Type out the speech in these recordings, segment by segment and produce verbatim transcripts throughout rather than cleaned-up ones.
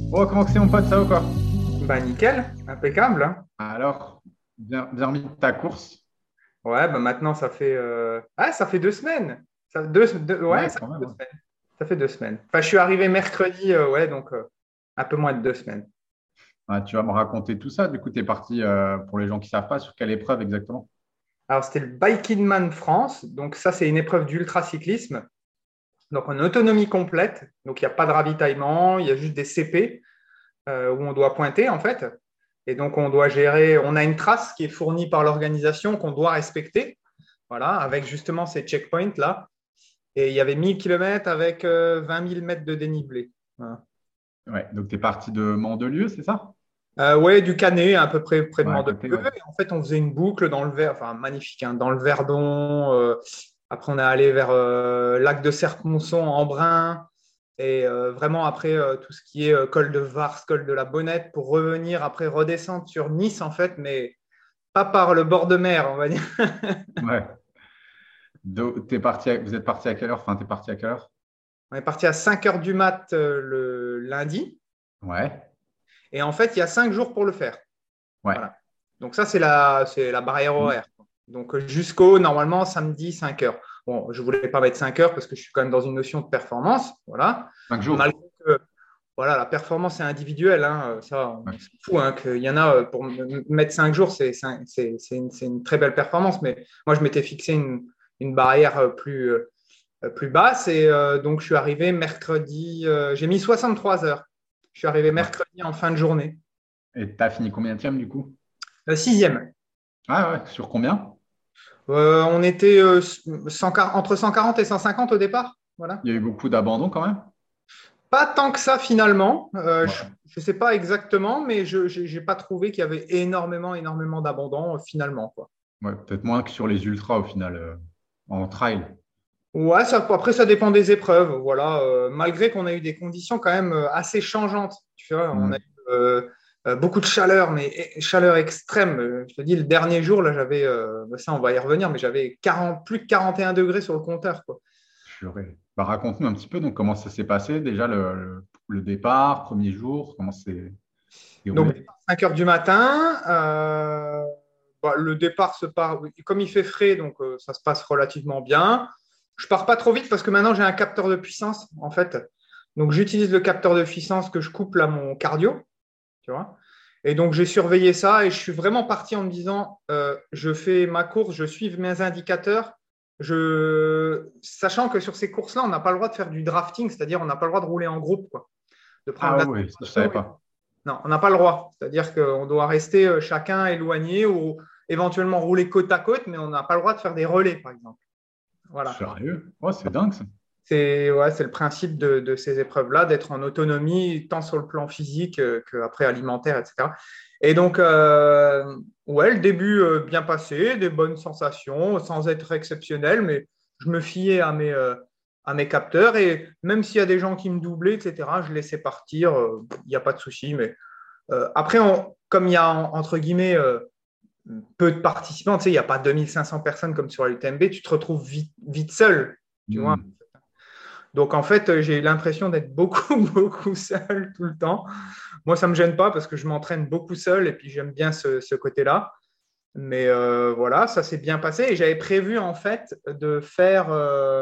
Oh, comment que c'est mon pote, ça ou quoi? Bah nickel, impeccable, hein. Alors, bien, bien remis de ta course? Ouais, bah maintenant ça fait euh, ah ça fait deux semaines. Ça, deux, deux- ouais, Ouais, ça quand fait même, deux ouais. semaines. Ça fait deux semaines. Enfin, je suis arrivé mercredi, euh, ouais, donc euh, un peu moins de deux semaines. Ah, tu vas me raconter tout ça. Du coup, tu es parti, euh, pour les gens qui ne savent pas, sur quelle épreuve exactement? Alors c'était le Bike in Man France, donc ça c'est une épreuve d'ultracyclisme, donc en autonomie complète, donc il n'y a pas de ravitaillement, il y a juste des C P euh, où on doit pointer en fait, et donc on doit gérer, on a une trace qui est fournie par l'organisation qu'on doit respecter, voilà, avec justement ces checkpoints là. Et il y avait mille kilomètres avec euh, vingt mille mètres de dénivelé. Voilà. Ouais, donc tu es parti de Mandelieu, c'est ça? Euh, ouais, du Canet, à peu près près de Ouais, à côté, Mandelieu. ouais. Et en fait, on faisait une boucle dans le Ver, enfin magnifique, hein, dans le Verdon. Euh, après, on est allé vers euh, lac de Serponçon, Embrun. Et euh, vraiment, après, euh, tout ce qui est euh, col de Vars, col de la Bonnette, pour revenir, après, redescendre sur Nice, en fait, mais pas par le bord de mer, on va dire. Ouais. Do- t'es parti à- Vous êtes parti à quelle heure? Enfin, t'es parti à quelle heure? On est parti à cinq heures du mat euh, le lundi. Ouais, Et en fait, il y a cinq jours pour le faire. ouais. Voilà. Donc ça, c'est la, c'est la barrière Mm. horaire. Donc euh, jusqu'au, normalement, samedi, cinq heures. Bon, je ne voulais pas mettre cinq heures parce que je suis quand même dans une notion de performance. Voilà. Cinq jours. Malgré que voilà, la performance est individuelle. Hein, ça, on Ouais. s'en fout. Hein, qu'il y en a, euh, pour m- mettre cinq jours, c'est c'est- c'est- c'est une, c'est une très belle performance. Mais moi, je m'étais fixé une, une barrière euh, plus, euh, plus basse. Et euh, donc, je suis arrivé mercredi. Euh, j'ai mis soixante-trois heures. Je suis arrivé Ouais. mercredi en fin de journée. Et t'as fini combien de du coup? Euh, sixième. Ah ouais, sur combien? Euh, on était euh, cent quarante entre cent quarante et cent cinquante au départ. Voilà. Il y a eu beaucoup d'abandon quand même? Pas tant que ça finalement. Euh, je Ouais. ne sais pas exactement, mais je n'ai pas trouvé qu'il y avait énormément, énormément d'abandon euh, finalement, quoi. Ouais, peut-être moins que sur les ultras au final, euh, en trail. Ouais, ça, après, ça dépend des épreuves. Voilà. Euh, malgré qu'on a eu des conditions quand même euh, assez changeantes. Tu vois, on a eu Mm. euh, euh, beaucoup de chaleur, mais eh, chaleur extrême. Euh, Je te dis, le dernier jour, là, j'avais, euh, ça, on va y revenir, mais j'avais quarante plus de quarante et un degrés sur le compteur, quoi. Purée. Bah, raconte-nous un petit peu donc comment ça s'est passé déjà le, le- le départ, premier jour, comment c'est Donc, déroulé? cinq heures du matin, euh, bah, le départ se part, comme il fait frais, donc euh, ça se passe relativement bien. Je pars pas trop vite parce que maintenant j'ai un capteur de puissance, en fait. Donc, j'utilise le capteur de puissance que je couple à mon cardio, tu vois. Et donc, j'ai surveillé ça et je suis vraiment parti en me disant, euh, je fais ma course, je suis mes indicateurs. Je... Sachant que sur ces courses-là, on n'a pas le droit de faire du drafting, c'est-à-dire on n'a pas le droit de rouler en groupe, quoi, de prendre Ah oui, ça, je savais l'aspiration. pas. Non, on n'a pas le droit. C'est-à-dire qu'on doit rester euh, chacun éloigné ou éventuellement rouler côte à côte, mais on n'a pas le droit de faire des relais, par exemple. Voilà. Sérieux? Oh, c'est dingue ça. C'est ouais, c'est le principe de, de ces épreuves-là, d'être en autonomie, tant sur le plan physique euh, qu'après alimentaire, et cetera. Et donc, euh, ouais, le début euh, bien passé, des bonnes sensations, sans être exceptionnel, mais je me fiais à mes, euh, à mes capteurs. Et même s'il y a des gens qui me doublaient, et cetera, je laissais partir, euh, il n'y a pas de souci. Mais euh, après, on- comme il y a entre guillemets euh, peu de participants, tu sais, il n'y a pas deux mille cinq cents personnes comme sur la U T M B, tu te retrouves vite, vite seul, tu vois. Hmm. Donc en fait, j'ai l'impression d'être beaucoup, beaucoup seul tout le temps. Moi, ça ne me gêne pas parce que je m'entraîne beaucoup seul et puis j'aime bien ce, ce côté-là. Mais euh, voilà, ça s'est bien passé et j'avais prévu en fait de faire, euh,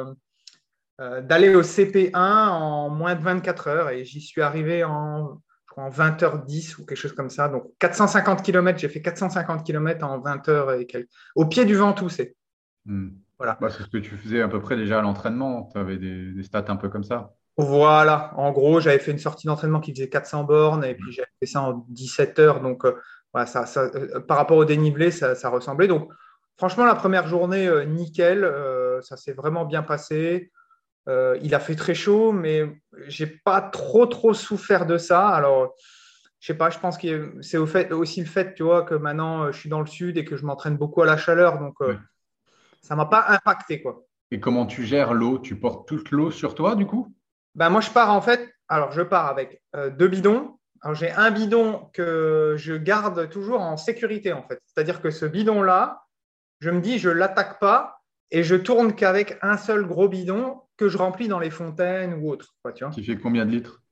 euh, d'aller au C P un en moins de vingt-quatre heures et j'y suis arrivé en, je crois, en vingt heures dix ou quelque chose comme ça. Donc quatre cent cinquante kilomètres, j'ai fait quatre cent cinquante kilomètres en vingt heures et quelques. Au pied du Ventoux, c'est. Hmm. Voilà. Bah, c'est ce que tu faisais à peu près déjà à l'entraînement. Tu avais des, des stats un peu comme ça. Voilà, en gros, j'avais fait une sortie d'entraînement qui faisait quatre cents bornes et puis Ouais. j'avais fait ça en dix-sept heures. Donc, euh, voilà, ça, ça, euh, par rapport au dénivelé, ça, ça ressemblait. Donc, franchement, la première journée, euh, nickel, euh, ça s'est vraiment bien passé. Euh, il a fait très chaud, mais j'ai pas trop, trop souffert de ça. Alors, je sais pas, je pense que c'est au fait, aussi le fait, tu vois, que maintenant, euh, je suis dans le sud et que je m'entraîne beaucoup à la chaleur. Donc, euh, Ouais. ça m'a pas impacté, quoi. Et comment tu gères l'eau? Tu portes toute l'eau sur toi du coup? Ben, moi, je pars en fait. Alors, je pars avec euh, deux bidons. Alors, j'ai un bidon que je garde toujours en sécurité, en fait. C'est-à-dire que ce bidon-là, je me dis, je ne l'attaque pas et je tourne qu'avec un seul gros bidon que je remplis dans les fontaines ou autres, quoi, tu vois. Qui fait combien de litres?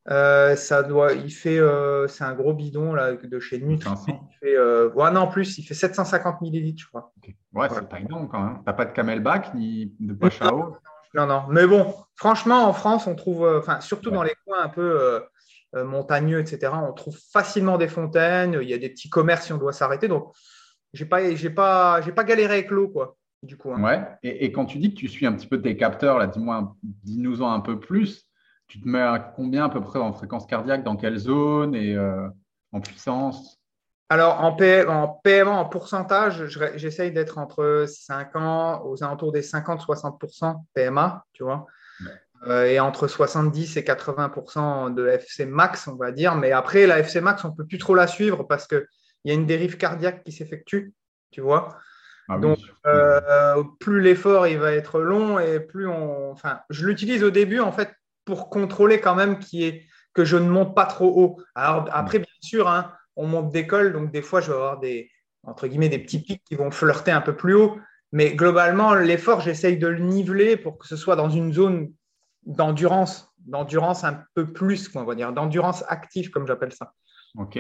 Euh, ça doit, il fait, euh, c'est un gros bidon là, de chez Nutri. cinq cents? Il fait, euh, ouais, non, en plus, il fait sept cent cinquante millilitres, je crois. Ok. Ouais, Voilà. c'est pas énorme quand même. T'as pas de Camelback ni de poche à eau? Non, non. Mais bon, franchement, en France, on trouve, euh, enfin, surtout dans Ouais. les coins un peu euh, euh, montagneux, et cetera, on trouve facilement des fontaines. Il y a des petits commerces si on doit s'arrêter. Donc, j'ai pas, j'ai pas, j'ai pas galéré avec l'eau, quoi, du coup, hein. Ouais. Et, et quand tu dis que tu suis un petit peu tes capteurs, là, dis-moi, dis-nous-en un peu plus. Tu te mets à combien à peu près en fréquence cardiaque, dans quelle zone et euh, en puissance? Alors, en, P- en P M A, en pourcentage, je- j'essaye d'être entre cinquante, aux alentours des cinquante-soixante pour cent P M A, tu vois. Ouais. Euh, et entre soixante-dix et quatre-vingts pour cent de F C max, on va dire. Mais après, la F C max, on ne peut plus trop la suivre parce qu'il y a une dérive cardiaque qui s'effectue, tu vois. Ah oui, Donc, surtout. euh, plus l'effort il va être long et plus on. Enfin, je l'utilise au début, en fait, pour contrôler quand même qui est... que je ne monte pas trop haut. Alors, euh, après, bien sûr, hein, on monte d'école, donc des fois, je vais avoir des, entre guillemets, des petits pics qui vont flirter un peu plus haut. Mais globalement, l'effort, j'essaye de le niveler pour que ce soit dans une zone d'endurance, d'endurance un peu plus, quoi, on va dire, d'endurance active, comme j'appelle ça. Ok.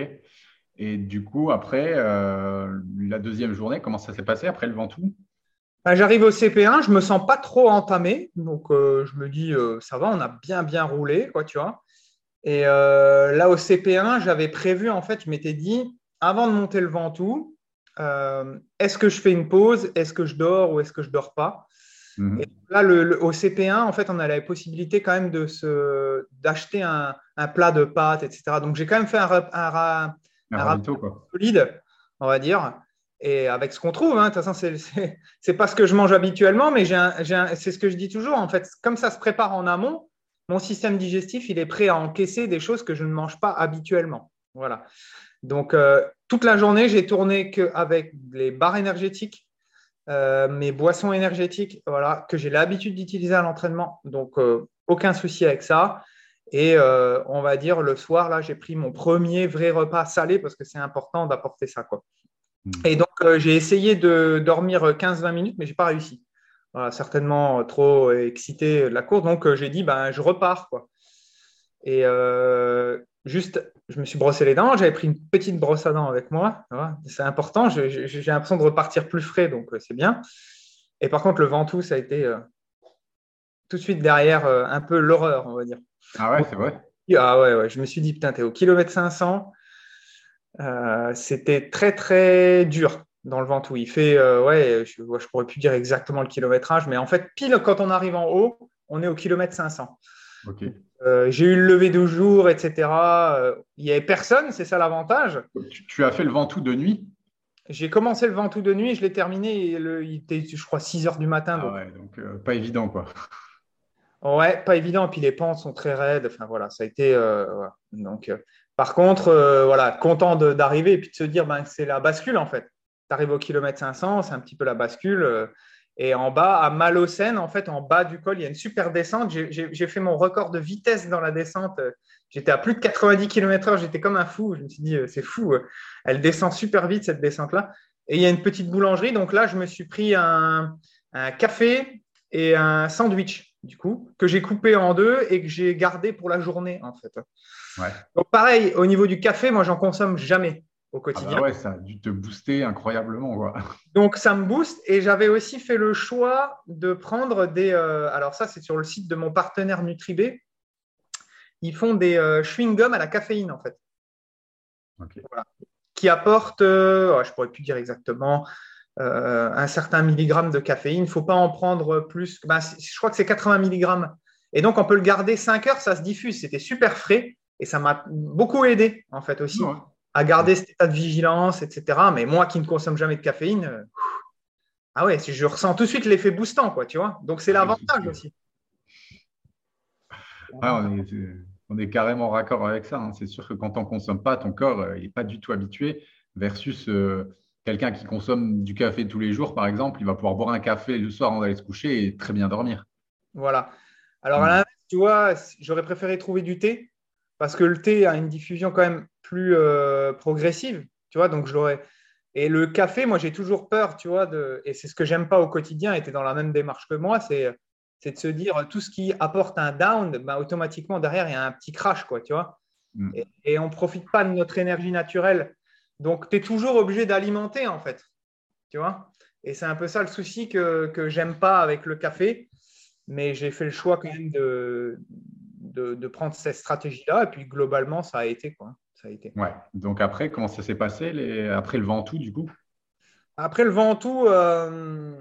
Et du coup, après, euh, la deuxième journée, comment ça s'est passé après le Ventoux? Ben, j'arrive au C P un, je me sens pas trop entamé, donc euh, je me dis euh, ça va, on a bien bien roulé, quoi, tu vois. Et euh, là au C P un, j'avais prévu, en fait, je m'étais dit avant de monter le Ventoux, euh, est-ce que je fais une pause, est-ce que je dors ou est-ce que je dors pas? Et Mhm. là, le, le- au C P un, en fait, on a la possibilité quand même de se, d'acheter un, un plat de pâtes, et cetera. Donc, j'ai quand même fait un, rep- un, ra- Un un rapport ravito, quoi. solide, on va dire, et avec ce qu'on trouve, hein. De toute façon, c'est, c'est, c'est pas ce que je mange habituellement, mais j'ai un- j'ai un- c'est ce que je dis toujours. En fait, comme ça se prépare en amont, mon système digestif, il est prêt à encaisser des choses que je ne mange pas habituellement. Voilà. Donc, euh, toute la journée, j'ai tourné qu'avec les barres énergétiques, euh, mes boissons énergétiques, voilà, que j'ai l'habitude d'utiliser à l'entraînement. Donc, euh, aucun souci avec ça. Et euh, on va dire, le soir, là, j'ai pris mon premier vrai repas salé parce que c'est important d'apporter ça, quoi. Mhm. Et donc, euh, j'ai essayé de dormir quinze vingt minutes, mais je n'ai pas réussi. Voilà, certainement euh, trop excité de la course. Donc, euh, j'ai dit, ben, je repars, quoi. Et euh, juste, je me suis brossé les dents. J'avais pris une petite brosse à dents avec moi. Voilà, c'est important. Je- je- J'ai l'impression de repartir plus frais, donc euh, c'est bien. Et par contre, le Ventoux, ça a été euh, tout de suite derrière euh, un peu l'horreur, on va dire. Ah ouais, Donc, c'est vrai. ah ouais, ouais, je me suis dit, putain, t'es au kilomètre cinq cents. Euh, c'était très, très dur dans le Ventoux. Il fait, euh, ouais, je, ouais, je pourrais plus dire exactement le kilométrage, mais en fait, pile quand on arrive en haut, on est au kilomètre cinq cents. Ok. Euh, j'ai eu le lever de jour, et cetera. Euh, il n'y avait personne, c'est ça l'avantage. Tu, tu as fait le Ventoux de nuit? J'ai commencé le Ventoux de nuit, je l'ai terminé, et le- il était, je crois, six heures du matin. Ah Donc, ouais, donc euh, pas évident, quoi. ouais, pas évident. Et puis les pentes sont très raides. Enfin, voilà, ça a été. Euh, voilà. Donc, euh, par contre, euh, voilà, content de- d'arriver et puis de se dire, ben, c'est la bascule, en fait. Tu arrives au kilomètre cinq cents, c'est un petit peu la bascule. euh, et en bas, à Malocène, en fait, en bas du col, il y a une super descente. J'ai j'ai- j'ai fait mon record de vitesse dans la descente. J'étais à plus de quatre-vingt-dix kilomètres heure. J'étais comme un fou. Je me suis dit, euh, c'est fou. euh, Elle descend super vite, cette descente-là. Et il y a une petite boulangerie. Donc là, je me suis pris un, un café et un sandwich, du coup, que j'ai coupé en deux et que j'ai gardé pour la journée, en fait. Ouais. Donc, pareil, au niveau du café, moi, j'en consomme jamais au Ah bah quotidien. ouais, ça a dû te booster incroyablement, quoi. Donc, ça me booste. Et j'avais aussi fait le choix de prendre des. Euh, alors, ça, c'est sur le site de mon partenaire Nutribé. Ils font des euh, chewing-gums à la caféine, en fait, Ok. qui apportent, euh, ouais, je pourrais plus dire exactement, euh, un certain milligramme de caféine. Il ne faut pas en prendre plus. Ben, je crois que c'est quatre-vingts milligrammes. Et donc, on peut le garder cinq heures, ça se diffuse. C'était super frais et ça m'a beaucoup aidé, en fait, Ah aussi, ouais. à garder cet état de vigilance, et cetera. Mais moi qui ne consomme jamais de caféine, euh, ah ouais, je ressens tout de suite l'effet boostant, quoi, tu vois. Donc, c'est Ah oui, c'est l'avantage sûr. aussi. Ouais, on est, on est carrément raccord avec ça, hein. C'est sûr que quand on ne consomme pas, ton corps euh, il n'est pas du tout habitué versus euh, quelqu'un qui consomme du café tous les jours, par exemple, il va pouvoir boire un café le soir avant d'aller se coucher et très bien dormir. Voilà. Alors, à Hmm. l'inverse, tu vois, j'aurais préféré trouver du thé parce que le thé a une diffusion quand même plus euh, progressive, tu vois. Donc, je l'aurais. Et le café, moi, j'ai toujours peur, tu vois, de... et c'est ce que j'aime pas au quotidien, et tu es dans la même démarche que moi, c'est c'est de se dire tout ce qui apporte un down, bah, automatiquement derrière, il y a un petit crash, quoi, tu vois. Mm. Et, et on ne profite pas de notre énergie naturelle. Donc, tu es toujours obligé d'alimenter, en fait, tu vois. Et c'est un peu ça le souci que, que j'aime pas avec le café. Mais j'ai fait le choix quand même de, de, de prendre cette stratégie-là. Et puis, globalement, ça a été, quoi. Ça a été. Ouais. Donc après, comment ça s'est passé les... après le Ventoux, du coup? Après le Ventoux, euh,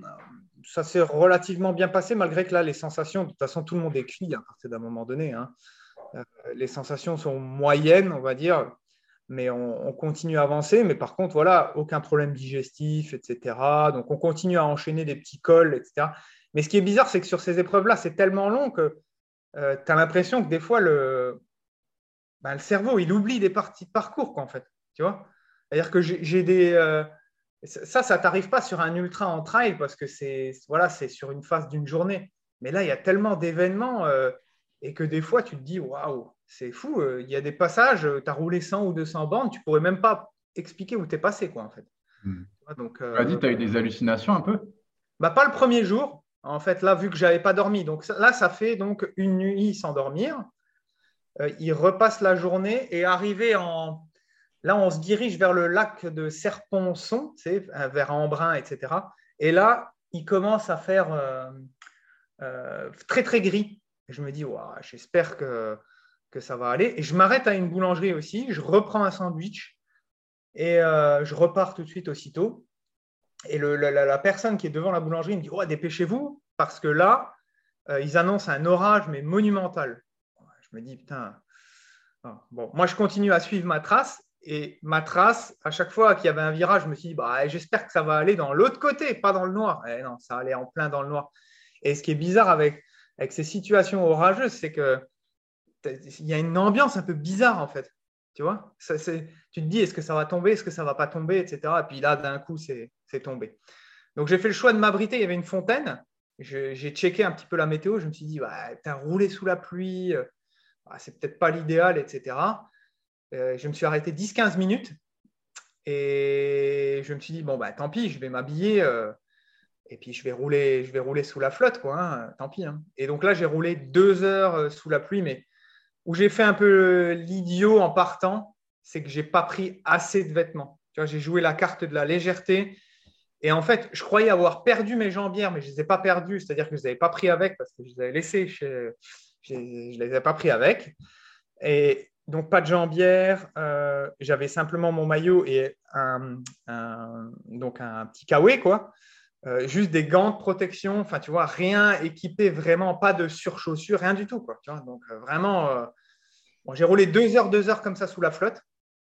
ça s'est relativement bien passé, malgré que là, les sensations, de toute façon, tout le monde est cuit à partir d'un moment donné, hein. Euh, les sensations sont moyennes, on va dire, mais on, on continue à avancer. Mais par contre, voilà, aucun problème digestif, et cetera. Donc, on continue à enchaîner des petits cols, et cetera. Mais ce qui est bizarre, c'est que sur ces épreuves-là, c'est tellement long que euh, tu as l'impression que des fois, le, ben, le cerveau, il oublie des parties de parcours, quoi, en fait. Tu vois? C'est-à-dire que j'ai j'ai des... euh, ça, ça t'arrive pas sur un ultra en trail parce que c'est voilà, c'est sur une phase d'une journée. Mais là, il y a tellement d'événements euh, et que des fois, tu te dis, waouh, c'est fou. euh, Il y a des passages, tu as roulé cent ou deux cents bandes, tu pourrais même pas expliquer où tu es passé, quoi, en fait. Mm. Donc, Tu as dit, euh, tu as eu des hallucinations un peu? bah, pas le premier jour, en fait, là, vu que j'avais pas dormi. Donc ça- là, ça fait donc une nuit sans dormir. Euh, il repasse la journée et arrivé en. Là, on se dirige vers le lac de Serponçon, tu sais, vers Embrun, et cetera. Et là, il commence à faire euh, euh, très, très gris. Et je me dis, ouah, j'espère que, que ça va aller. Et je m'arrête à une boulangerie aussi, je reprends un sandwich et euh, je repars tout de suite aussitôt. Et le, la, la, personne qui est devant la boulangerie me dit, oh, dépêchez-vous, parce que là, euh, ils annoncent un orage, mais monumental. Je me dis, putain. Bon, moi, je continue à suivre ma trace. Et ma trace, à chaque fois qu'il y avait un virage, je me suis dit, bah, j'espère que ça va aller dans l'autre côté, pas dans le noir. Et non, ça allait en plein dans le noir. Et ce qui est bizarre avec, avec ces situations orageuses, c'est qu'il y a une ambiance un peu bizarre, en fait. Tu vois, ça, tu te dis, est-ce que ça va tomber, est-ce que ça ne va pas tomber, et cetera. Et puis là, d'un coup, c'est tombé. Donc, j'ai fait le choix de m'abriter. Il y avait une fontaine. J'ai checké un petit peu la météo. Je me suis dit, bah, t'as roulé sous la pluie. Bah, c'est peut-être pas l'idéal, et cetera. Euh, je me suis arrêté dix quinze minutes et je me suis dit, bon, bah, tant pis, je vais m'habiller euh, et puis je vais, rouler, je vais rouler sous la flotte, quoi, hein, tant pis. Hein. Et donc là, j'ai roulé deux heures euh, sous la pluie, mais où j'ai fait un peu l'idiot en partant, c'est que je n'ai pas pris assez de vêtements. Tu vois, j'ai joué la carte de la légèreté. Et en fait, je croyais avoir perdu mes jambières, mais je ne les ai pas perdues, c'est-à-dire que je ne les avais pas pris avec parce que je les avais laissées, chez... je ne les avais pas pris avec. Et donc, pas de jambières, euh, j'avais simplement mon maillot et un, un, donc un petit kawaii, quoi. Euh, juste des gants de protection, enfin, tu vois, rien équipé, vraiment pas de surchaussures, rien du tout, quoi. Tu vois, donc, euh, vraiment, euh, bon, j'ai roulé deux heures, deux heures comme ça sous la flotte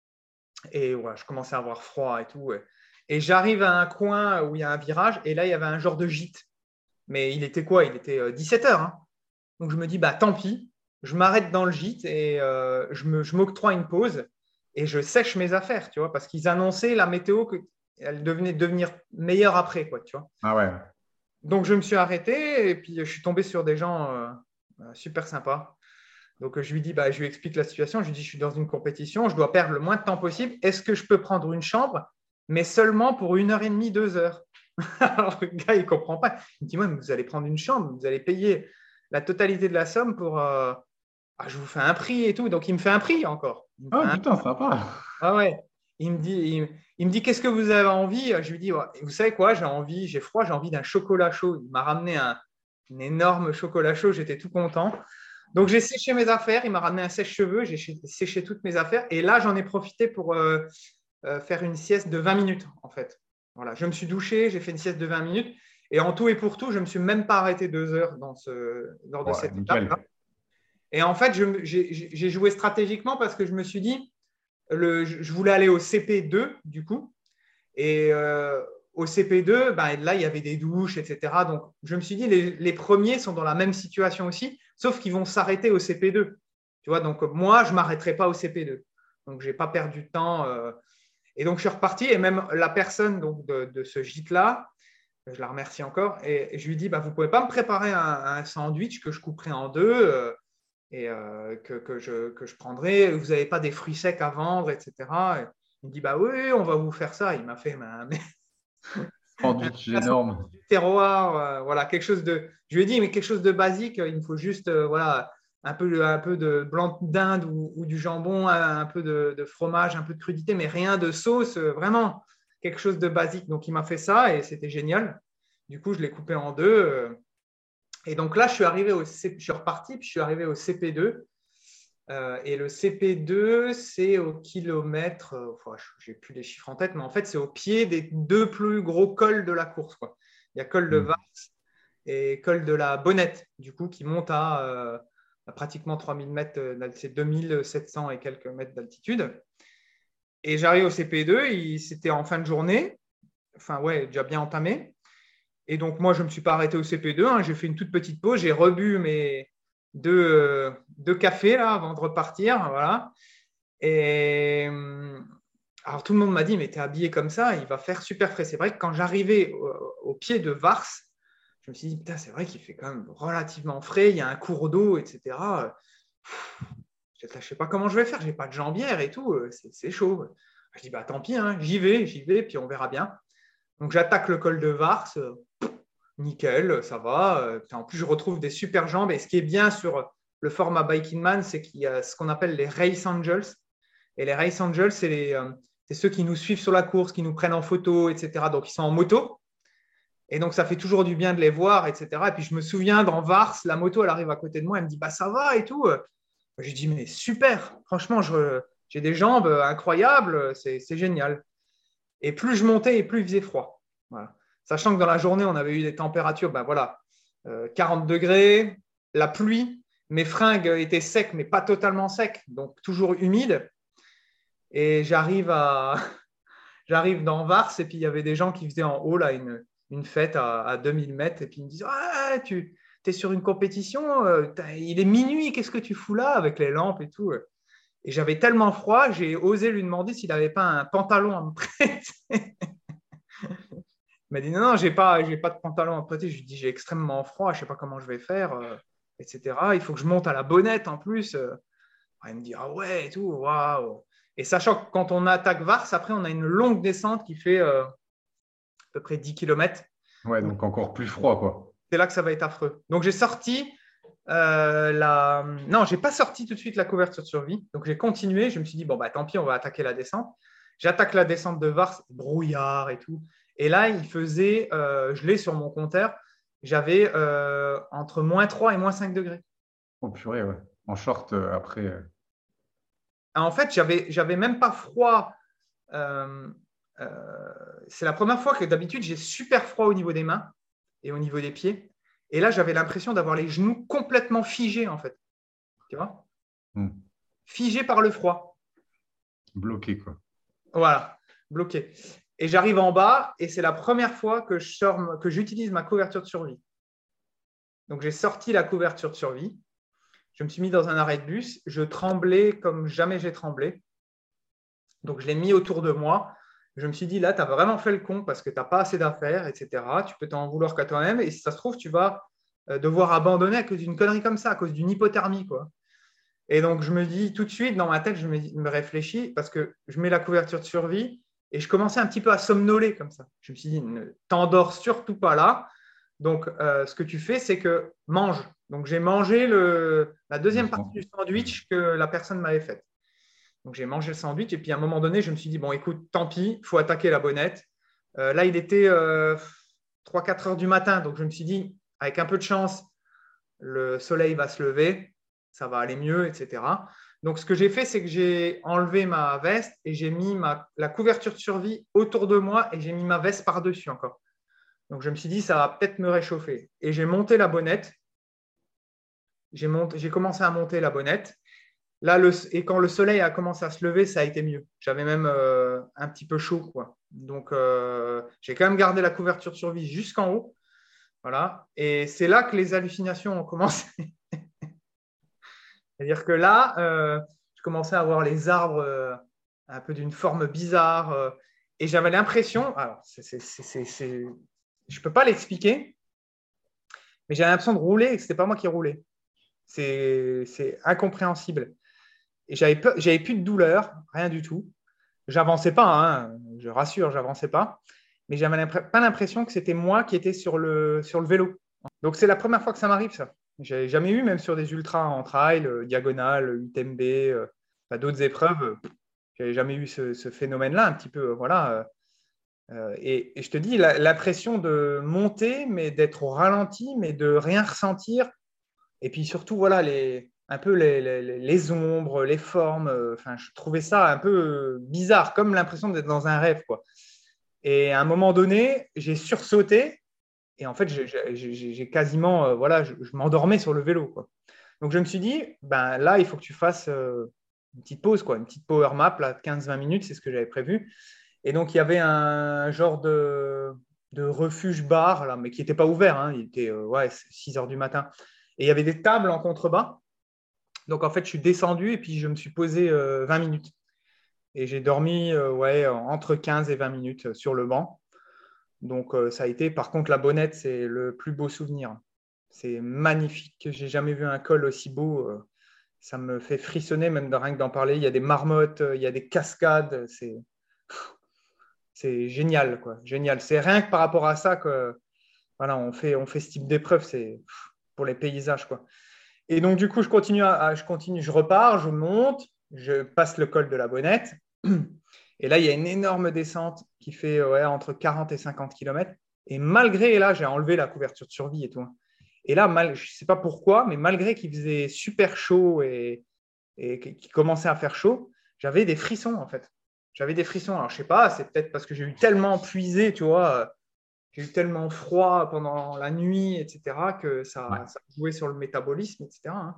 et ouais, je commençais à avoir froid et tout. Ouais. Et j'arrive à un coin où il y a un virage et là, il y avait un genre de gîte. Mais il était quoi? Il était euh, dix-sept heures. Hein. Donc, je me dis, bah, tant pis, je m'arrête dans le gîte et euh, je m'octroie une pause et je sèche mes affaires, tu vois, parce qu'ils annonçaient la météo qu'elle devenait devenir meilleure après, quoi, tu vois. Ah ouais. Donc, je me suis arrêté et puis je suis tombé sur des gens euh, super sympas. Donc, je lui dis, bah, je lui explique la situation. Je lui dis, je suis dans une compétition, je dois perdre le moins de temps possible. Est-ce que je peux prendre une chambre, mais seulement pour une heure et demie, deux heures? Alors, le gars, il ne comprend pas. Il me dit, ouais, mais vous allez prendre une chambre, vous allez payer la totalité de la somme pour. Euh, ah, je vous fais un prix et tout. Donc, il me fait un prix encore. Oh Un... putain, sympa. Ah ouais. Il me dit, il, il me dit qu'est-ce que vous avez envie? Je lui dis, ouais, vous savez quoi, j'ai envie, j'ai froid, j'ai envie d'un chocolat chaud. Il m'a ramené un, un énorme chocolat chaud, j'étais tout content. Donc, j'ai séché mes affaires, il m'a ramené un sèche-cheveux, j'ai séché toutes mes affaires. Et là, j'en ai profité pour euh, euh, faire une sieste de vingt minutes, en fait. Voilà, je me suis douché, j'ai fait une sieste de vingt minutes. Et en tout et pour tout, je ne me suis même pas arrêté deux heures dans ce, lors de Ouais, cette nickel. étape-là. Et en fait, j'ai joué stratégiquement parce que je me suis dit, le, je voulais aller au C P deux, du coup. Et euh, au C P deux, ben, là, il y avait des douches, et cetera. Donc, je me suis dit, les, les premiers sont dans la même situation aussi, sauf qu'ils vont s'arrêter au C P deux. Tu vois, donc moi, je ne m'arrêterai pas au C P deux. Donc, je n'ai pas perdu de temps. Euh, et donc, je suis reparti. Et même la personne donc, de, de ce gîte-là, je la remercie encore. Et je lui dis, bah, vous ne pouvez pas me préparer un, un sandwich que je couperai en deux euh, et euh, que, que, je, que je prendrai. Vous n'avez pas des fruits secs à vendre, et cetera. Et il me dit, bah oui, on va vous faire ça. Il m'a fait, mais, Sandwich énorme. Du terroir, euh, voilà, quelque chose de. Je lui ai dit, mais quelque chose de basique, il me faut juste, euh, voilà, un peu, un peu de blanc d'Inde ou, ou du jambon, un, un peu de, de fromage, un peu de crudité, mais rien de sauce, euh, vraiment, quelque chose de basique. Donc, il m'a fait ça et c'était génial. Du coup, je l'ai coupé en deux. euh, et donc là, je suis arrivé au C- je suis reparti, puis je suis arrivé au C P deux. Euh, et le C P deux, c'est au kilomètre, euh, enfin, je n'ai plus les chiffres en tête, mais en fait, c'est au pied des deux plus gros cols de la course, quoi. Il y a col de Mm. Vars et col de la Bonnette, du coup, qui monte à, euh, à pratiquement trois mille mètres, euh, c'est deux mille sept cents et quelques mètres d'altitude. Et j'arrive au C P deux, il- c'était en fin de journée, enfin, ouais, déjà bien entamé. Et donc, moi, je ne me suis pas arrêté au C P deux, hein, j'ai fait une toute petite pause, j'ai rebu mes deux, euh, deux cafés là, avant de repartir, voilà. Et euh, alors, tout le monde m'a dit, mais tu es habillé comme ça, il va faire super frais. C'est vrai que quand j'arrivais au, au pied de Vars, je me suis dit, putain, c'est vrai qu'il fait quand même relativement frais, il y a un cours d'eau, et cetera. Je ne sais pas comment je vais faire, j'ai pas de jambière et tout, euh, c'est c'est chaud. Je dis, bah tant pis, hein, j'y vais, j'y vais, puis on verra bien. Donc, j'attaque le col de Vars, euh, nickel, ça va. Euh, En plus, je retrouve des super jambes. Et ce qui est bien sur le format Biking Man, c'est qu'il y a ce qu'on appelle les Race Angels. Et les Race Angels, c'est les, euh, c'est ceux qui nous suivent sur la course, qui nous prennent en photo, et cetera. Donc, ils sont en moto. Et donc, ça fait toujours du bien de les voir, et cetera. Et puis, je me souviens, dans Vars, la moto, elle arrive à côté de moi, elle me dit, bah, ça va et tout. J'ai dit, mais super, franchement, je, j'ai des jambes incroyables, c'est, c'est génial. Et plus je montais, et plus il faisait froid. Voilà. Sachant que dans la journée, on avait eu des températures, ben voilà, euh, quarante degrés, la pluie, mes fringues étaient secs, mais pas totalement secs, donc toujours humides. Et j'arrive à, j'arrive dans Vars, et puis il y avait des gens qui faisaient en haut là une, une fête à, à deux mille mètres, et puis ils me disent, ah, tu es sur une compétition, euh, il est minuit, qu'est-ce que tu fous là avec les lampes et tout. Et j'avais tellement froid, j'ai osé lui demander s'il n'avait pas un pantalon à me prêter. Il m'a dit non, non, j'ai pas, j'ai pas de pantalon à prêter. Je lui ai dit j'ai extrêmement froid, je sais pas comment je vais faire, euh, et cetera. Il faut que je monte à la Bonnette en plus. Euh. Il me dit ah ouais et tout, waouh. Et sachant que quand on attaque Vars, après on a une longue descente qui fait euh, à peu près dix kilomètres. Ouais, Donc donc encore plus froid, quoi. c'est là que ça va être affreux. Donc j'ai sorti euh, la. Non, j'ai pas sorti tout de suite la couverture de survie. Donc j'ai continué. Je me suis dit bon bah tant pis, on va attaquer la descente. J'attaque la descente de Vars, brouillard et tout. Et là, il faisait, euh, je l'ai sur mon compteur, j'avais euh, entre moins trois et moins cinq degrés. Oh purée, ouais. En short, euh, après. euh, En fait, j'avais, j'avais même pas froid. Euh, euh, c'est la première fois que d'habitude, j'ai super froid au niveau des mains et au niveau des pieds. Et là, j'avais l'impression d'avoir les genoux complètement figés, en fait. Tu vois? hmm, Figés par le froid. bloqué, quoi. Voilà, bloqué. Et j'arrive en bas et c'est la première fois que, je sors, que j'utilise ma couverture de survie. Donc, j'ai sorti la couverture de survie. Je me suis mis dans un arrêt de bus. Je tremblais comme jamais j'ai tremblé. Donc, je l'ai mis autour de moi. Je me suis dit, là, tu as vraiment fait le con parce que tu n'as pas assez d'affaires, et cetera. Tu peux t'en vouloir qu'à toi-même. Et si ça se trouve, tu vas euh, devoir abandonner à cause d'une connerie comme ça, à cause d'une hypothermie, quoi. Et donc, je me dis tout de suite, dans ma tête, je me, dis- me réfléchis parce que je mets la couverture de survie et je commençais un petit peu à somnoler comme ça. Je me suis dit, ne t'endors surtout pas là. Donc, euh, ce que tu fais, c'est que mange. Donc, j'ai mangé le, la deuxième partie Doucement. du sandwich que la personne m'avait faite. Donc, j'ai mangé le sandwich et puis à un moment donné, je me suis dit, bon, écoute, tant pis, il faut attaquer la Bonnette. Euh, là, il était euh, trois quatre heures du matin. Donc, je me suis dit, avec un peu de chance, le soleil va se lever, ça va aller mieux, et cetera. Donc, ce que j'ai fait, c'est que j'ai enlevé ma veste et j'ai mis ma, la couverture de survie autour de moi et j'ai mis ma veste par-dessus encore. Donc, je me suis dit, ça va peut-être me réchauffer. Et j'ai monté la Bonnette. J'ai, monté, j'ai commencé à monter la Bonnette. Là, le, et quand le soleil a commencé à se lever, ça a été mieux. J'avais même euh, un petit peu chaud, quoi. Donc, euh, j'ai quand même gardé la couverture de survie jusqu'en haut. Voilà. Et c'est là que les hallucinations ont commencé. C'est-à-dire que là, euh, je commençais à voir les arbres euh, un peu d'une forme bizarre. Euh, et j'avais l'impression, alors, c'est, c'est, c'est, c'est, je ne peux pas l'expliquer, mais j'avais l'impression de rouler et que ce n'était pas moi qui roulais. C'est, c'est incompréhensible. Et j'avais, peu, j'avais plus de douleur, rien du tout. J'avançais pas, hein, je rassure, j'avançais pas. mais j'avais l'impr- pas l'impression que c'était moi qui étais sur le, sur le vélo. Donc, c'est la première fois que ça m'arrive, ça. J'ai jamais eu, même sur des ultras en trail, euh, diagonale, U T M B, euh, enfin, d'autres épreuves, euh, j'avais jamais eu ce, ce phénomène-là, un petit peu, euh, voilà. euh, euh, et, et je te dis, la- l'impression de monter, mais d'être au ralenti, mais de rien ressentir. Et puis surtout, voilà, les, un peu les, les- les ombres, les formes. euh, Enfin, je trouvais ça un peu euh, bizarre, comme l'impression d'être dans un rêve, quoi. Et à un moment donné, j'ai sursauté et en fait, j'ai j'ai- j'ai quasiment, euh, voilà, je, je m'endormais sur le vélo, quoi. Donc je me suis dit, ben là, il faut que tu fasses euh, une petite pause, quoi, une petite power map, là, quinze vingt minutes, c'est ce que j'avais prévu. Et donc il y avait un genre de, de refuge bar, là, mais qui n'était pas ouvert, hein. Il était euh, ouais, six heures du matin. Et il y avait des tables en contrebas. Donc en fait, je suis descendu et puis je me suis posé euh, vingt minutes. Et j'ai dormi euh, ouais, entre quinze et vingt minutes euh, sur le banc. Donc, euh, ça a été, par contre, la Bonnette, c'est le plus beau souvenir. C'est magnifique. J'ai jamais vu un col aussi beau. euh, Ça me fait frissonner, même de rien que d'en parler. Il y a des marmottes, euh, il y a des cascades. C'est, c'est génial, quoi. Génial. C'est rien que par rapport à ça que, voilà, on fait, on fait ce type d'épreuve. C'est pour les paysages, quoi. Et donc, du coup, je continue, à, à- je continue, je repars, je monte, je passe le col de la Bonnette. Et là, il y a une énorme descente qui fait ouais, entre quarante et cinquante kilomètres. Et malgré, et là, j'ai enlevé la couverture de survie et tout, hein. Et là, mal, je ne sais pas pourquoi, mais malgré qu'il faisait super chaud et, et qu'il commençait à faire chaud, j'avais des frissons, en fait. J'avais des frissons. Alors, je ne sais pas, c'est peut-être parce que j'ai eu tellement puisé, tu vois, euh, j'ai eu tellement froid pendant la nuit, et cetera, que Ouais. ça, ça jouait sur le métabolisme, et cetera, hein.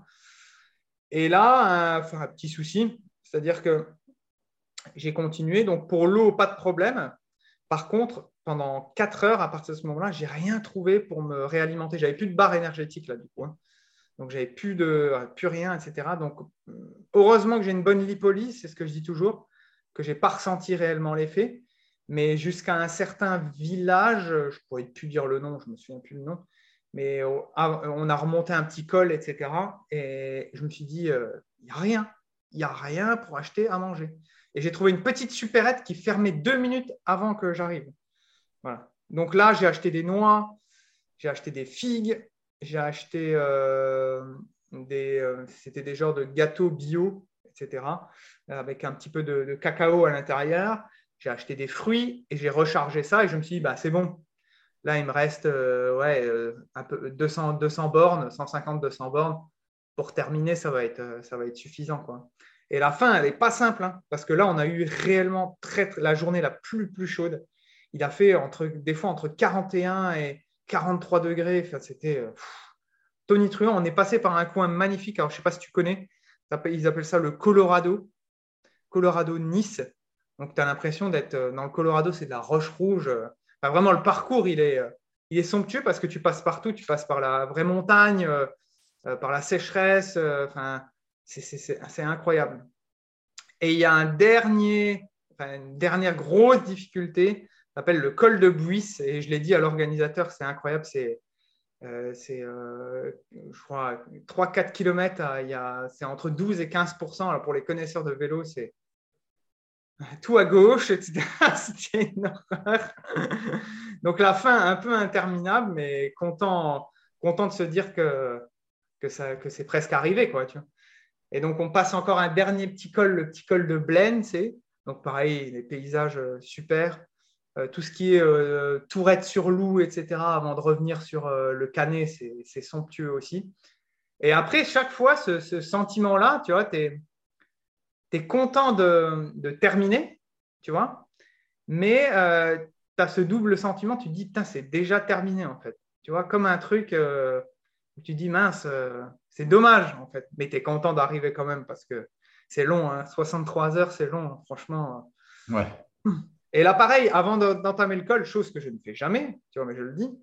Et là, un, enfin, un petit souci, c'est-à-dire que j'ai continué. Donc, pour l'eau, pas de problème. Par contre, pendant quatre heures, à partir de ce moment-là, j'ai rien trouvé pour me réalimenter. J'avais plus de barre énergétique, là, du coup, hein. Donc, j'avais plus de, plus rien, et cetera. Donc, heureusement que j'ai une bonne lipolyse, c'est ce que je dis toujours, que j'ai pas ressenti réellement l'effet. Mais jusqu'à un certain village, je ne pourrais plus dire le nom, je me souviens plus le nom, mais on a remonté un petit col, et cetera. Et je me suis dit, euh, il n'y a rien, il n'y a rien pour acheter à manger. Et j'ai trouvé une petite supérette qui fermait deux minutes avant que j'arrive. Voilà. Donc là, j'ai acheté des noix, j'ai acheté des figues, j'ai acheté euh, des, euh, c'était des genres de gâteaux bio, et cetera, avec un petit peu de, de cacao à l'intérieur. J'ai acheté des fruits et j'ai rechargé ça et je me suis dit, bah, c'est bon. Là, il me reste euh, ouais, euh, un peu deux cents, deux cents bornes, cent cinquante, deux cents bornes. Pour terminer, ça va être, euh, ça va être suffisant, quoi. Et la fin, elle n'est pas simple, hein, parce que là, on a eu réellement très, très- la journée la plus, plus chaude. Il a fait entre, des fois entre quarante et un et quarante-trois degrés. Enfin, c'était euh, tonitruant. On est passé par un coin magnifique. Alors, je ne sais pas si tu connais, ils appellent ça le Colorado, Colorado Nice. Donc, tu as l'impression d'être euh, dans le Colorado, c'est de la roche rouge. Enfin, vraiment, le parcours, il est, euh, il est somptueux parce que tu passes partout. Tu passes par la vraie montagne, euh, euh, par la sécheresse. euh, Enfin, c'est c'est- c'est- c'est incroyable. Et il y a un dernier, enfin, une dernière grosse difficulté, ça s'appelle le col de Buisse. Et je l'ai dit à l'organisateur, c'est incroyable. C'est, euh, c'est euh, je crois, trois quatre kilomètres. Il y a, c'est entre douze et quinze pour cent. Alors pour les connaisseurs de vélo, c'est tout à gauche, et cetera. C'était une horreur. Donc la fin un peu interminable, mais content, content de se dire que, que, ça, que c'est presque arrivé, quoi, tu vois. Et donc, on passe encore un dernier petit col, le petit col de Blaine, c'est donc pareil, les paysages euh, super. Euh, tout ce qui est euh, Tourette sur Loup, et cetera, avant de revenir sur euh, le Canet, c'est, c'est somptueux aussi. Et après, chaque fois, ce, ce sentiment-là, tu vois, tu es, es content de, de, terminer, tu vois, mais euh, tu as ce double sentiment, tu te dis, c'est déjà terminé, en fait. Tu vois, comme un truc euh, où tu te dis, mince, euh, c'est dommage, en fait, mais tu es content d'arriver quand même parce que c'est long, hein, soixante-trois heures, c'est long, hein, franchement. Ouais. Et là, pareil, avant d'entamer le col, chose que je ne fais jamais, tu vois, mais je le dis,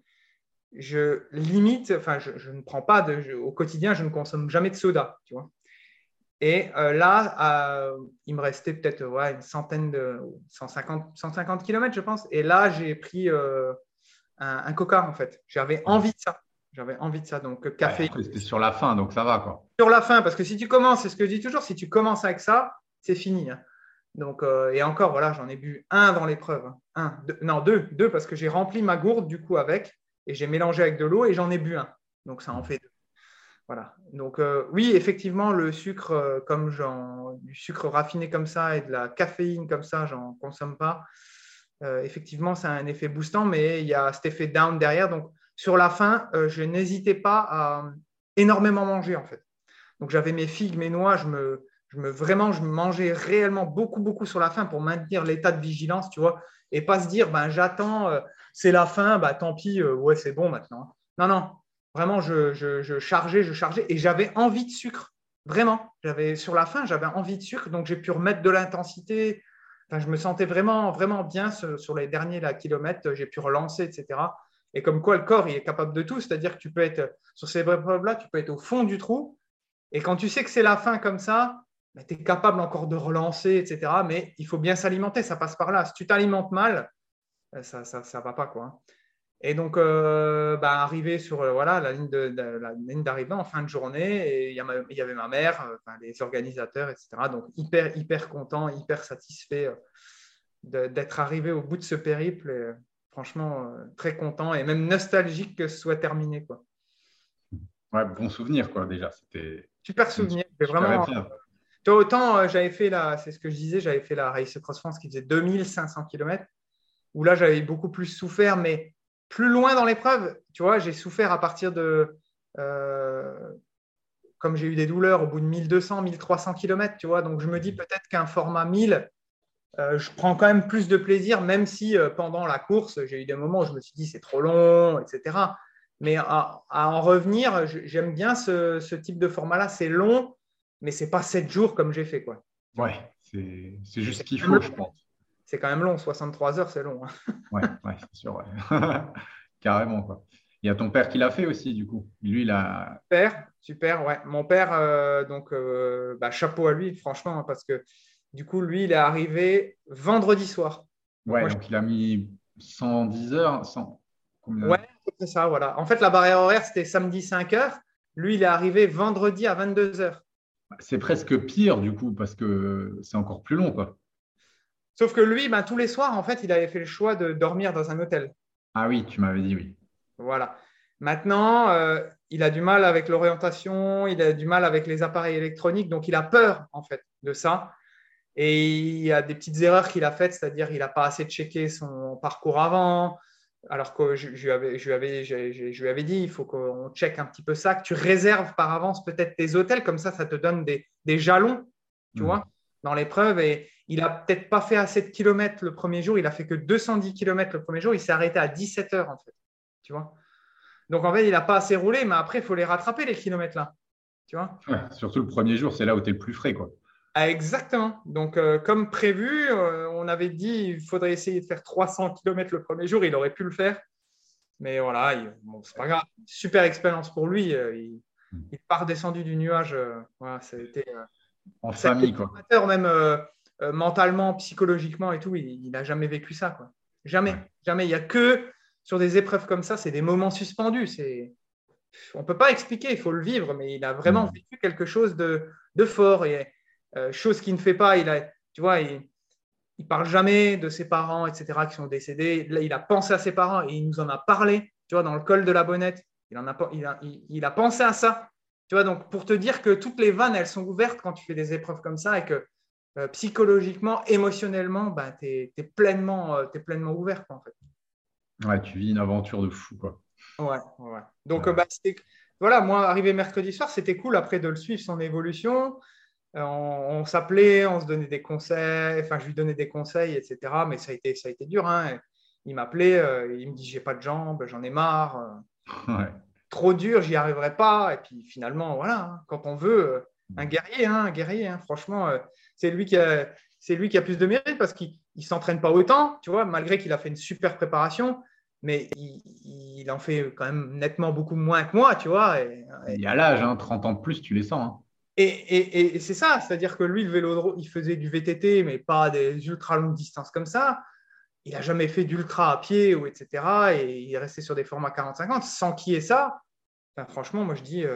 je limite, enfin, je, je ne prends pas de, je, au quotidien, je ne consomme jamais de soda, tu vois. Et euh, là, euh, il me restait peut-être ouais, une centaine de cent cinquante, cent cinquante kilomètres, je pense. Et là, j'ai pris euh, un, un coca, en fait. J'avais envie de ça. J'avais envie de ça. Donc, Ouais, café après, c'était sur la fin, donc ça va, quoi. sur la fin, parce que si tu commences, c'est ce que je dis toujours, si tu commences avec ça, c'est fini, hein. Donc, euh, et encore, voilà, j'en ai bu un dans l'épreuve. Hein. Un, deux, non, deux, deux, parce que j'ai rempli ma gourde du coup avec, et j'ai mélangé avec de l'eau et j'en ai bu un. Donc, ça en fait deux. Voilà. Donc, euh, oui, effectivement, le sucre, euh, comme j'en, du sucre raffiné comme ça et de la caféine comme ça, j'en consomme pas. Euh, effectivement, ça a un effet boostant, mais il y a cet effet down derrière. Donc, sur la fin, euh, je n'hésitais pas à énormément manger en fait. Donc, j'avais mes figues, mes noix, je me, je me, vraiment, je mangeais réellement beaucoup, beaucoup sur la fin pour maintenir l'état de vigilance, tu vois, et pas se dire, ben, j'attends, euh, c'est la fin, bah, tant pis, euh, ouais, c'est bon maintenant. Non, non, vraiment, je, je, je chargeais, je chargeais, et j'avais envie de sucre, vraiment. J'avais, sur la fin, j'avais envie de sucre, donc j'ai pu remettre de l'intensité. Enfin, je me sentais vraiment, vraiment bien sur, sur les derniers là, kilomètres, j'ai pu relancer, et cetera. Et comme quoi, le corps, il est capable de tout, c'est-à-dire que tu peux être, sur ces épreuves-là, tu peux être au fond du trou, et quand tu sais que c'est la fin comme ça, bah, tu es capable encore de relancer, et cetera. Mais il faut bien s'alimenter, ça passe par là. Si tu t'alimentes mal, euh, ça ne ça, ça va pas, quoi. Et donc, euh, bah, arrivé sur euh, voilà, la ligne de, de- la ligne d'arrivée en fin de journée, et il y, a ma- il y avait ma mère, euh, enfin, les organisateurs, et cetera. Donc, hyper, hyper content, hyper satisfait euh, de- d'être arrivé au bout de ce périple. Et, euh, franchement, euh, très content et même nostalgique que ce soit terminé, quoi. Ouais, bon souvenir, quoi, déjà. C'était Super c'était une souvenir. J'ai super vraiment. épreuve. Toi, autant euh, j'avais fait la, c'est ce que je disais, j'avais fait la Race Cross France qui faisait deux mille cinq cents kilomètres, où là j'avais beaucoup plus souffert, mais plus loin dans l'épreuve, tu vois, j'ai souffert à partir de, euh, comme j'ai eu des douleurs au bout de mille deux cents, mille trois cents kilomètres, tu vois, donc je me dis peut-être qu'un format mille, euh, je prends quand même plus de plaisir, même si euh, pendant la course, j'ai eu des moments où je me suis dit c'est trop long, et cetera. Mais à, à en revenir, j'aime bien ce, ce type de format-là, c'est long, mais c'est pas sept jours comme j'ai fait, quoi. Tu vois. Ouais, c'est c'est Et juste c'est ce qu'il quand même faut, je long. pense. C'est quand même long, soixante-trois heures, c'est long. Hein. Ouais, ouais, c'est sûr, ouais. Carrément, quoi. Il y a ton père qui l'a fait aussi, du coup. Lui, il a. Super, super, ouais. Mon père, euh, donc, euh, bah, chapeau à lui, franchement, hein, parce que du coup, lui, il est arrivé vendredi soir. Donc, Ouais, moi, je... donc il a mis cent dix heures, cent. ouais, Combien? c'est ça, voilà. En fait, la barrière horaire, c'était samedi cinq heures. Lui, il est arrivé vendredi à vingt-deux heures. C'est presque pire, du coup, parce que c'est encore plus long, quoi. Sauf que lui, ben, tous les soirs, en fait, il avait fait le choix de dormir dans un hôtel. Ah oui, tu m'avais dit oui. Voilà. Maintenant, euh, il a du mal avec l'orientation, il a du mal avec les appareils électroniques, donc il a peur, en fait, de ça. Et il y a des petites erreurs qu'il a faites, c'est-à-dire qu'il n'a pas assez checké son parcours avant, alors que je, je lui avais, je, lui avais, je, je- je lui avais dit, il faut qu'on check un petit peu ça, que tu réserves par avance peut-être tes hôtels, comme ça, ça te donne des, des jalons, tu Hmm. vois, dans l'épreuve. Et il n'a peut-être pas fait assez de kilomètres le premier jour, il a fait que deux cent dix kilomètres le premier jour, il s'est arrêté à dix-sept heures, en fait, tu vois. Donc, en fait, il n'a pas assez roulé, mais après, il faut les rattraper, les kilomètres là, tu vois. Ouais, surtout le premier jour, c'est là où tu es le plus frais, quoi. Ah, exactement. Donc, euh, comme prévu, euh, on avait dit qu'il faudrait essayer de faire trois cents kilomètres le premier jour. Il aurait pu le faire. Mais voilà, il, bon, c'est pas grave. Super expérience pour lui. Euh, il, Hmm. il part descendu du nuage. Euh, voilà, ça a été, euh, En ça a été famille, quoi. formateur, même euh, euh, mentalement, psychologiquement et tout. Il n'a jamais vécu ça, quoi. Jamais. Ouais. Jamais. Il n'y a que sur des épreuves comme ça, c'est des moments suspendus. C'est... On ne peut pas expliquer, il faut le vivre, mais il a vraiment Hmm. vécu quelque chose de, de fort. Et euh, chose qu'il ne fait pas, il a, tu vois, il ne parle jamais de ses parents, et cetera, qui sont décédés. Là, il a pensé à ses parents et il nous en a parlé, tu vois, dans le col de la Bonnette. Il, en a, il, a, il, il a pensé à ça. Tu vois, donc pour te dire que toutes les vannes, elles sont ouvertes quand tu fais des épreuves comme ça et que euh, psychologiquement, émotionnellement, bah, tu es, es, pleinement, euh, t'es pleinement ouvert, quoi, en fait. Ouais, tu vis une aventure de fou, quoi. Ouais, ouais. Donc, euh, Ouais. bah, voilà, moi, arrivé mercredi soir, c'était cool après de le suivre, son évolution. Euh, on, on s'appelait, on se donnait des conseils, enfin, je lui donnais des conseils, et cetera. Mais ça a été, ça a été dur. Hein. Il m'appelait, euh, il me dit, j'ai pas de jambes, j'en ai marre. euh, Ouais. trop dur, j'y arriverai pas. Et puis finalement, voilà, hein, quand on veut, euh, un guerrier, hein, un guerrier, hein, franchement, euh, c'est lui qui a, c'est lui qui a plus de mérite parce qu'il ne s'entraîne pas autant, tu vois, malgré qu'il a fait une super préparation, mais il, il en fait quand même nettement beaucoup moins que moi, tu vois. Et, Il y a l'âge, hein, trente ans de plus, tu les sens, hein. et, et, et c'est ça, c'est-à-dire que lui, le vélo, il faisait du V T T, mais pas des ultra longues distances comme ça. Il n'a jamais fait d'ultra à pied, ou et cetera. Et il est resté sur des formats quarante cinquante sans qu'il y ait ça. Enfin, franchement, moi, je dis, euh,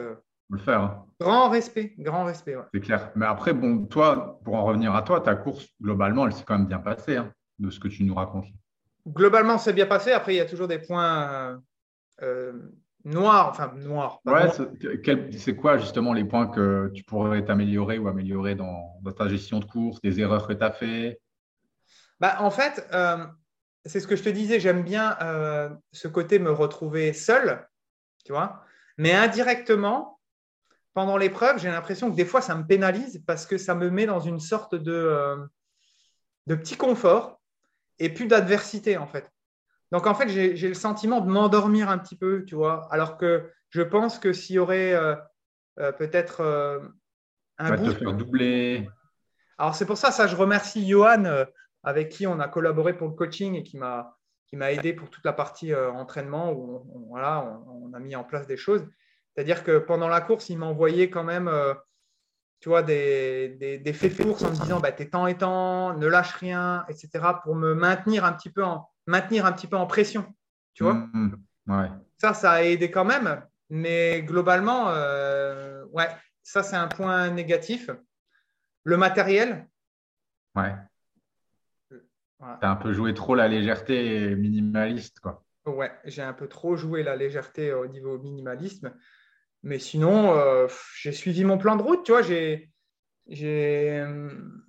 faut le faire, hein. Grand respect, grand respect. Ouais. C'est clair. Mais après, bon, toi, pour en revenir à toi, ta course, globalement, elle s'est quand même bien passée, hein, de ce que tu nous racontes. Globalement, c'est bien passé. Après, il y a toujours des points euh, euh, noirs, enfin noirs, pas Ouais, noirs. c'est quel- c'est quoi justement les points que tu pourrais t'améliorer ou améliorer dans, dans ta gestion de course, des erreurs que tu as fait? Bah, en fait, euh, c'est ce que je te disais, j'aime bien euh, ce côté me retrouver seul, tu vois. Mais indirectement, pendant l'épreuve, j'ai l'impression que des fois, ça me pénalise parce que ça me met dans une sorte de, euh, de petit confort et plus d'adversité, en fait. Donc, en fait, j'ai j'ai le sentiment de m'endormir un petit peu, tu vois. Alors que je pense que s'il y aurait euh, euh, peut-être euh, un Ouais, te boost. faire doubler. Alors, c'est pour ça, ça, je remercie Johan, euh, avec qui on a collaboré pour le coaching et qui m'a qui m'a aidé pour toute la partie euh, entraînement où on, on- voilà, on, on a mis en place des choses. C'est-à-dire que pendant la course, il m'a envoyé quand même euh, tu vois, des, des, des faits de course en me disant bah, t'es temps et temps, ne lâche rien, et cetera pour me maintenir un petit peu en, maintenir un petit peu en pression. Tu vois, Mhm. Ouais, ça, ça a aidé quand même. Mais globalement, euh, ouais, ça, c'est un point négatif. Le matériel, ouais. voilà. Tu as un peu joué trop la légèreté minimaliste, quoi. Ouais, j'ai un peu trop joué la légèreté au niveau minimalisme. Mais sinon, euh, j'ai suivi mon plan de route. Tu vois, j'ai, j'ai, euh,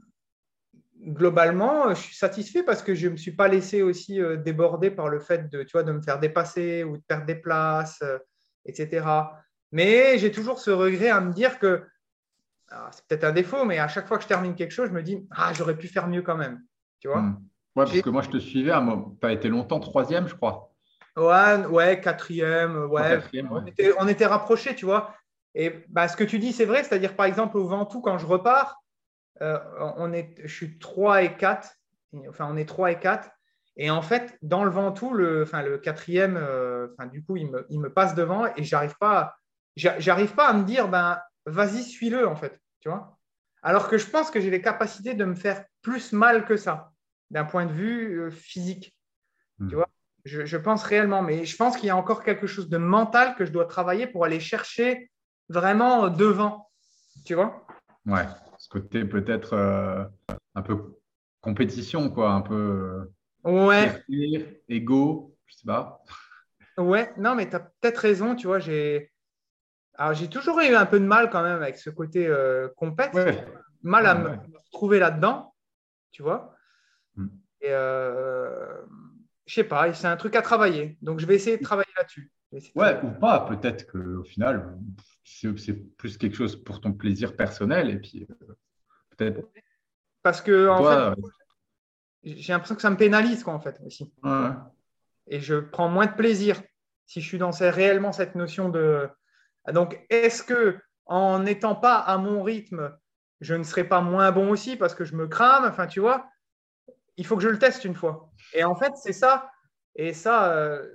globalement, je suis satisfait parce que je ne me suis pas laissé aussi euh, déborder par le fait de, tu vois, de me faire dépasser ou de perdre des places, euh, et cetera. Mais j'ai toujours ce regret à me dire que, alors, c'est peut-être un défaut, mais à chaque fois que je termine quelque chose, je me dis, ah, j'aurais pu faire mieux quand même. Tu Hmm. vois? Ouais, parce J'ai que moi, je te suivais, tu as été longtemps troisième, je crois. Ouais, ouais, quatrième, Trois, ouais. quatrième, ouais. On était, on était rapprochés, tu vois. Et bah, ce que tu dis, c'est vrai, c'est-à-dire par exemple au Ventoux, quand je repars, euh, on est, je suis trois et quatre, enfin on est trois et quatre. Et en fait, dans le Ventoux, le, enfin, le quatrième, euh, enfin, du coup, il me, il me passe devant et j'arrive pas, j'a- j'arrive pas à me dire, ben, vas-y, suis-le, en fait, tu vois. Alors que je pense que j'ai les capacités de me faire plus mal que ça, d'un point de vue euh, physique. Tu vois, Hmm. je, je pense réellement, mais je pense qu'il y a encore quelque chose de mental que je dois travailler pour aller chercher vraiment devant. Tu vois? Ouais, ce côté peut-être euh, un peu compétition, quoi, un peu euh, Ouais, fierté, ego, je sais pas. ouais, non, mais tu as peut-être raison. Tu vois, j'ai alors, j'ai toujours eu un peu de mal quand même avec ce côté euh, compète, Ouais, mal ouais, à me ouais. me retrouver là-dedans, tu vois. Hmm. Et euh, je sais pas, c'est un truc à travailler. Donc, je vais essayer de travailler là-dessus. Je vais essayer de Ouais, travailler. ou pas, peut-être qu'au final, c'est c'est plus quelque chose pour ton plaisir personnel, et puis euh, peut-être Parce que, en fait, toi, j'ai l'impression que ça me pénalise, quoi, en fait, aussi. euh, ouais, Et je prends moins de plaisir si je suis dans ces- réellement cette notion de. Donc, est-ce que en n'étant pas à mon rythme, je ne serai pas moins bon aussi parce que je me crame? Enfin, tu vois, il faut que je le teste une fois. Et en fait, c'est ça. Et ça, euh,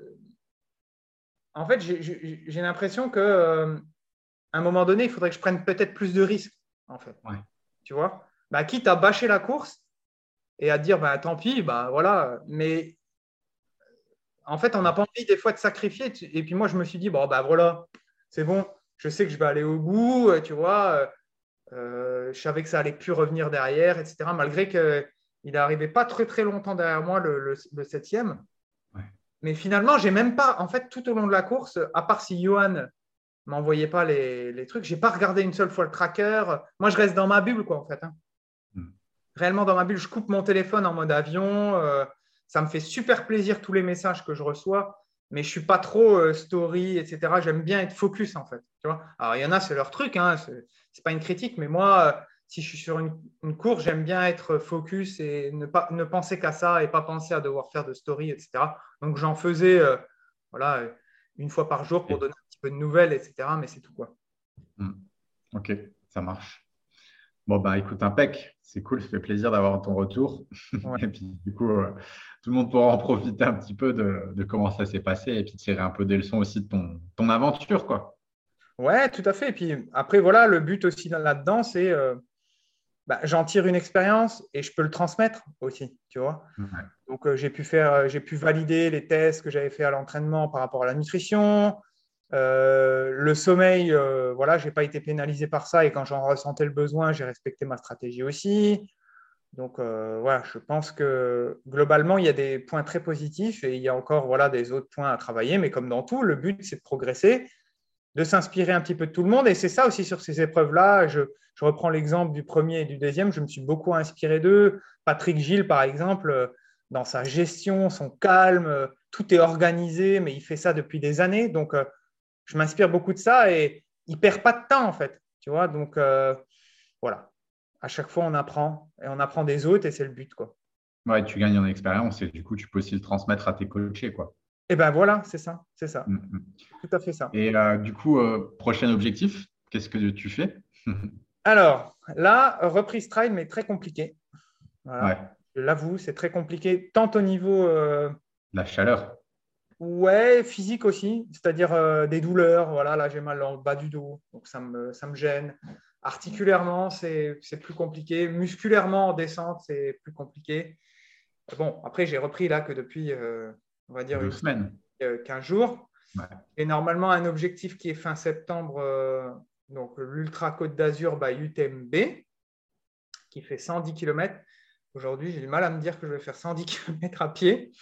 en fait, j'ai j'ai- j'ai l'impression que euh, à un moment donné, il faudrait que je prenne peut-être plus de risques, en fait. ouais. Tu vois, bah, quitte à bâcher la course et à dire, bah, tant pis, bah, voilà. Mais en fait, on n'a pas envie des fois de sacrifier. Et puis moi, je me suis dit, bon, bah voilà, c'est bon, je sais que je vais aller au bout, euh, tu vois. Euh, je savais que ça allait plus revenir derrière, et cetera. Malgré qu'il n'arrivait pas très très longtemps derrière moi, le, le, le septième. Ouais. Mais finalement, j'ai même pas, en fait, tout au long de la course, à part si Johan m'envoyait pas les, les trucs, j'ai pas regardé une seule fois le tracker. Moi, je reste dans ma bulle, quoi, en fait, hein. Hmm. Réellement dans ma bulle, je coupe mon téléphone en mode avion. Euh, ça me fait super plaisir tous les messages que je reçois, mais je suis pas trop euh, story, et cetera. J'aime bien être focus en fait. Tu vois. Alors il y en a, c'est leur truc, hein, c'est, c'est pas une critique, mais moi, euh, si je suis sur une, une course, j'aime bien être focus et ne pas ne penser qu'à ça et pas penser à devoir faire de story, et cetera. Donc j'en faisais euh, voilà une fois par jour pour Ok. donner un petit peu de nouvelles, et cetera. Mais c'est tout quoi. Hmm. Ok, ça marche. Bon, bah écoute, impec, c'est cool, ça fait plaisir d'avoir ton retour. Ouais. Et puis, du coup, euh, tout le monde pourra en profiter un petit peu de, de comment ça s'est passé et puis tirer un peu des leçons aussi de ton, ton aventure, quoi. Ouais, tout à fait. Et puis après, voilà, le but aussi là-dedans, c'est euh, bah, j'en tire une expérience et je peux le transmettre aussi, tu vois. Ouais. Donc, euh, j'ai pu faire, euh, j'ai pu valider les tests que j'avais fait à l'entraînement par rapport à la nutrition. Euh, le sommeil, euh, voilà, je n'ai pas été pénalisé par ça et quand j'en ressentais le besoin, j'ai respecté ma stratégie aussi. Donc euh, voilà, je pense que globalement, il y a des points très positifs et il y a encore voilà, des autres points à travailler. Mais comme dans tout, le but, c'est de progresser, de s'inspirer un petit peu de tout le monde. Et c'est ça aussi sur ces épreuves-là. Je, je reprends l'exemple du premier et du deuxième. Je me suis beaucoup inspiré d'eux. Patrick Gilles, par exemple, euh, dans sa gestion, son calme, euh, tout est organisé, mais il fait ça depuis des années. Donc, euh, je m'inspire beaucoup de ça et il ne perd pas de temps, en fait. Tu vois, donc euh, voilà. À chaque fois, on apprend et on apprend des autres et c'est le but, quoi. Ouais, tu gagnes en expérience et du coup, tu peux aussi le transmettre à tes coachés, quoi. Et ben voilà, c'est ça, c'est ça. Mm, mm. Tout à fait ça. Et euh, du coup, euh, prochain objectif, qu'est-ce que tu fais? Alors, là, reprise trail, mais très compliqué. Ouais, Voilà. Je l'avoue, c'est très compliqué, tant au niveau euh, la chaleur. ouais, physique aussi, c'est-à-dire euh, des douleurs. Voilà, là, j'ai mal dans le bas du dos, donc ça me, ça me gêne. Articulairement, c'est, c'est plus compliqué. Musculairement, en descente, c'est plus compliqué. Bon, après, j'ai repris là que depuis, euh, on va dire, Deux une, semaines. euh, quinze jours. Ouais. Et normalement, un objectif qui est fin septembre, euh, donc l'Ultra Côte d'Azur by U T M B, qui fait cent dix kilomètres. Aujourd'hui, j'ai du mal à me dire que je vais faire cent dix kilomètres à pied.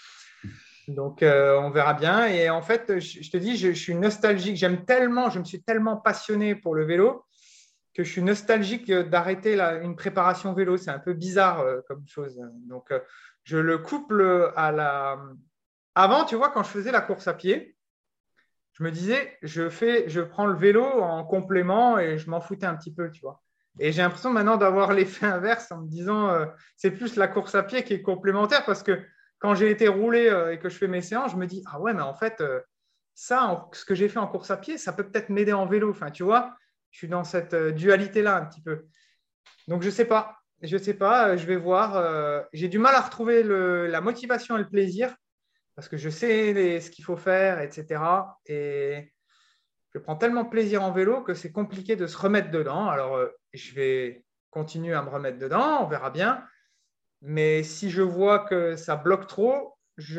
Donc, euh, on verra bien. Et en fait, je, je te dis, je, je suis nostalgique. J'aime tellement, je me suis tellement passionné pour le vélo que je suis nostalgique d'arrêter la, une préparation vélo. C'est un peu bizarre euh, comme chose. Donc, euh, je le couple à la… Avant, tu vois, quand je faisais la course à pied, je me disais, je, fais, je prends le vélo en complément et je m'en foutais un petit peu, tu vois. Et j'ai l'impression maintenant d'avoir l'effet inverse en me disant, euh, c'est plus la course à pied qui est complémentaire parce que quand j'ai été roulé euh, et que je fais mes séances, je me dis, ah ouais, mais en fait, euh, ça, en, ce que j'ai fait en course à pied, ça peut peut-être m'aider en vélo. Enfin, tu vois, je suis dans cette euh, dualité-là un petit peu. Donc, je ne sais pas. Je ne sais pas, euh, je vais voir. Euh, j'ai du mal à retrouver le, la motivation et le plaisir parce que je sais les, ce qu'il faut faire, et cetera. Et je prends tellement de plaisir en vélo que c'est compliqué de se remettre dedans. Alors, euh, je vais continuer à me remettre dedans, on verra bien. Mais si je vois que ça bloque trop,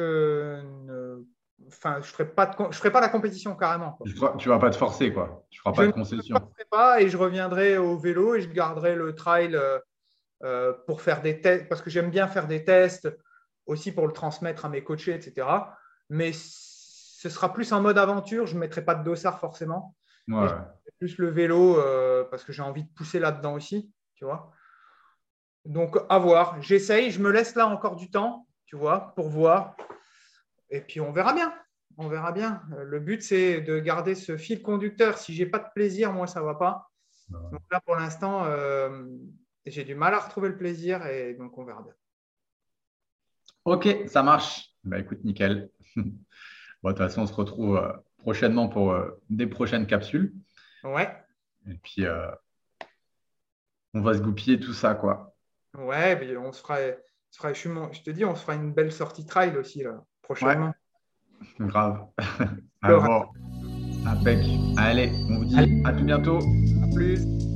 je ne enfin, je ne ferai, pas de, je ferai pas la compétition carrément, quoi. Tu ne vas pas te forcer, quoi. Tu ne feras Je pas ne de me concession. forcerai pas et je reviendrai au vélo et je garderai le trail euh, euh, pour faire des tests, parce que j'aime bien faire des tests aussi pour le transmettre à mes coachés, et cetera. Mais ce sera plus en mode aventure, je ne mettrai pas de dossard forcément. Et je Ouais. mettrai plus le vélo euh, parce que j'ai envie de pousser là-dedans aussi, tu vois. Donc, à voir. J'essaye, je me laisse là encore du temps, tu vois, pour voir. Et puis, on verra bien. On verra bien. Le but, c'est de garder ce fil conducteur. Si je n'ai pas de plaisir, moi, ça ne va pas. Donc là, pour l'instant, euh, j'ai du mal à retrouver le plaisir et donc on verra bien. Ok, ça marche. Bah écoute, nickel. Bon, de toute façon, on se retrouve euh, prochainement pour euh, des prochaines capsules. Ouais, Et puis, euh, on va se goupiller tout ça, quoi. ouais, mais on se fera, on se fera- je, suis mon- je te dis, on se fera une belle sortie trail aussi là, Ouais, prochainement. grave. Ah Alors, bon, impec. Allez, on vous allez, dit à tout bientôt. à plus.